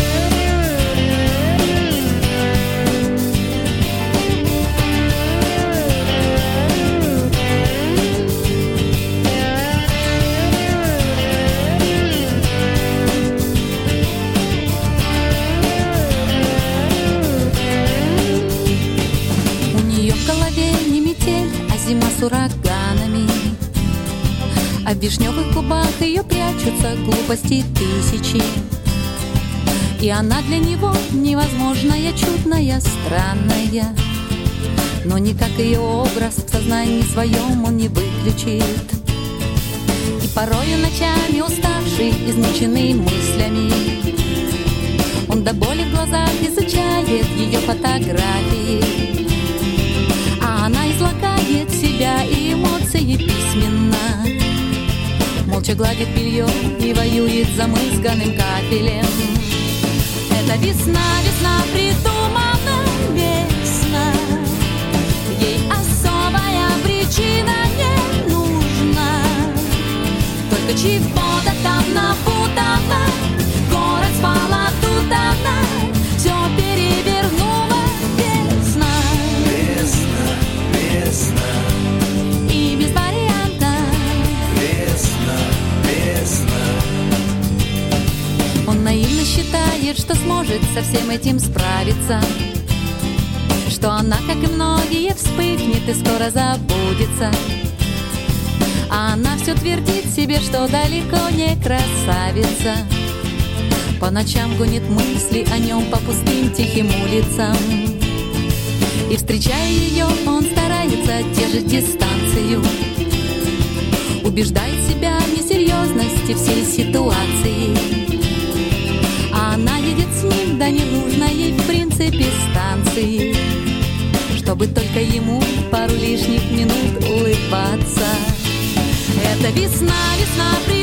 Зима с ураганами, а в вишневых губах ее прячутся глупости тысячи. И она для него невозможная, чудная, странная, но никак ее образ в сознании своем он не выключит. И порою ночами уставший, измученный мыслями, он до боли в глазах изучает ее фотографии. Она излагает себя и эмоции письменно, молча гладит белье и воюет замызганным кафелем. Это весна, весна придумана, весна. Ей особая причина не нужна. Только чего-то там напутано, город спала, тут она все перевернула. Весна, Весна, весна, и без варианта. весна, весна. Он наивно считает, что сможет со всем этим справиться, что она, как и многие, вспыхнет и скоро забудется. А она все твердит себе, что далеко не красавица. По ночам гонит мысли о нем по пустым тихим улицам. И встречая ее, он старается держать дистанцию, убеждает себя в несерьезности всей ситуации. А она едет с ним до ненужной ей в принципе станции, чтобы только ему пару лишних минут улыбаться. Это весна, весна,